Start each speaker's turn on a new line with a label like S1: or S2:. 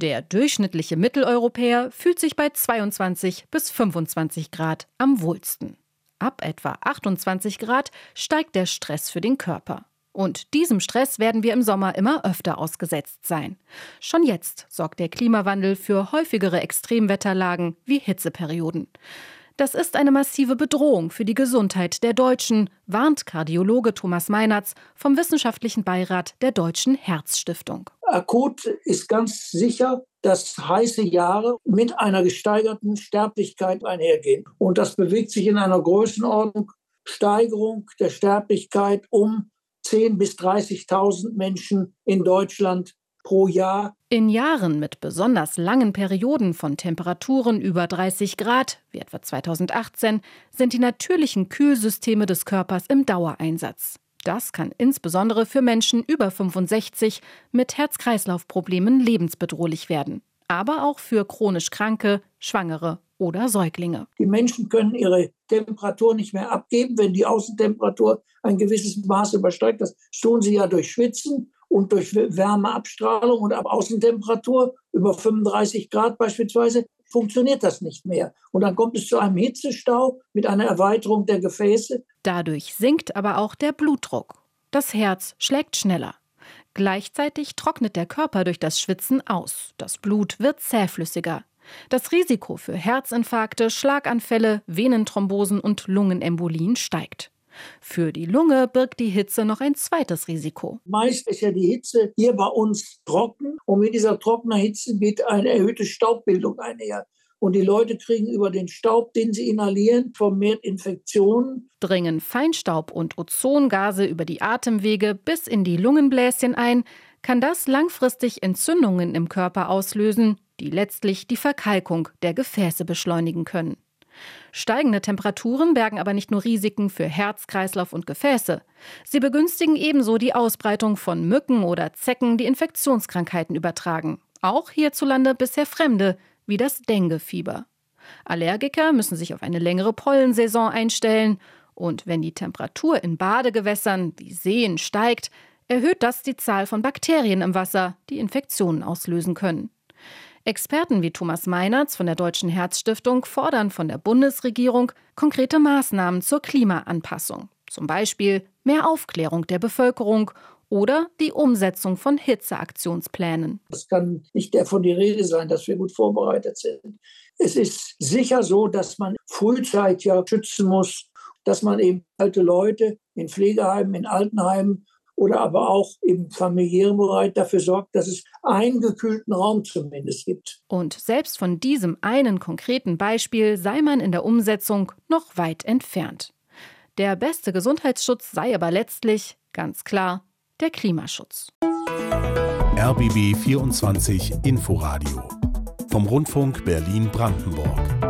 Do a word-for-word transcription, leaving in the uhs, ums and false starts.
S1: Der durchschnittliche Mitteleuropäer fühlt sich bei zweiundzwanzig bis fünfundzwanzig Grad am wohlsten. Ab etwa achtundzwanzig Grad steigt der Stress für den Körper. Und diesem Stress werden wir im Sommer immer öfter ausgesetzt sein. Schon jetzt sorgt der Klimawandel für häufigere Extremwetterlagen wie Hitzeperioden. Das ist eine massive Bedrohung für die Gesundheit der Deutschen, warnt Kardiologe Thomas Meinertz vom Wissenschaftlichen Beirat der Deutschen Herzstiftung.
S2: Akut ist ganz sicher, dass heiße Jahre mit einer gesteigerten Sterblichkeit einhergehen. Und das bewegt sich in einer Größenordnung Steigerung der Sterblichkeit um zehntausend bis dreißigtausend Menschen in Deutschland pro Jahr.
S1: In Jahren mit besonders langen Perioden von Temperaturen über dreißig Grad, wie etwa zweitausendachtzehn, sind die natürlichen Kühlsysteme des Körpers im Dauereinsatz. Das kann insbesondere für Menschen über fünfundsechzig mit Herz-Kreislauf-Problemen lebensbedrohlich werden. Aber auch für chronisch Kranke, Schwangere oder Säuglinge.
S2: Die Menschen können ihre Temperatur nicht mehr abgeben, wenn die Außentemperatur ein gewisses Maß übersteigt. Das tun sie ja durch Schwitzen und durch Wärmeabstrahlung und ab Außentemperatur über fünfunddreißig Grad beispielsweise funktioniert das nicht mehr. Und dann kommt es zu einem Hitzestau mit einer Erweiterung der Gefäße.
S1: Dadurch sinkt aber auch der Blutdruck. Das Herz schlägt schneller. Gleichzeitig trocknet der Körper durch das Schwitzen aus. Das Blut wird zähflüssiger. Das Risiko für Herzinfarkte, Schlaganfälle, Venenthrombosen und Lungenembolien steigt. Für die Lunge birgt die Hitze noch ein zweites Risiko.
S2: Meist ist ja die Hitze hier bei uns trocken und mit dieser trockenen Hitze geht eine erhöhte Staubbildung einher. Und die Leute kriegen über den Staub, den sie inhalieren, vermehrt Infektionen.
S1: Dringen Feinstaub und Ozongase über die Atemwege bis in die Lungenbläschen ein, kann das langfristig Entzündungen im Körper auslösen, die letztlich die Verkalkung der Gefäße beschleunigen können. Steigende Temperaturen bergen aber nicht nur Risiken für Herz, Kreislauf und Gefäße. Sie begünstigen ebenso die Ausbreitung von Mücken oder Zecken, die Infektionskrankheiten übertragen. Auch hierzulande bisher fremde, wie das Dengue-Fieber. Allergiker müssen sich auf eine längere Pollensaison einstellen. Und wenn die Temperatur in Badegewässern wie Seen steigt, erhöht das die Zahl von Bakterien im Wasser, die Infektionen auslösen können. Experten wie Thomas Meinertz von der Deutschen Herzstiftung fordern von der Bundesregierung konkrete Maßnahmen zur Klimaanpassung. Zum Beispiel mehr Aufklärung der Bevölkerung oder die Umsetzung von Hitzeaktionsplänen.
S2: Es kann nicht davon die Rede sein, dass wir gut vorbereitet sind. Es ist sicher so, dass man frühzeitig ja schützen muss, dass man eben alte Leute in Pflegeheimen, in Altenheimen oder aber auch im familiären Bereich dafür sorgt, dass es einen gekühlten Raum zumindest gibt.
S1: Und selbst von diesem einen konkreten Beispiel sei man in der Umsetzung noch weit entfernt. Der beste Gesundheitsschutz sei aber letztlich, ganz klar, der Klimaschutz.
S3: R B B vierundzwanzig Inforadio vom Rundfunk Berlin-Brandenburg.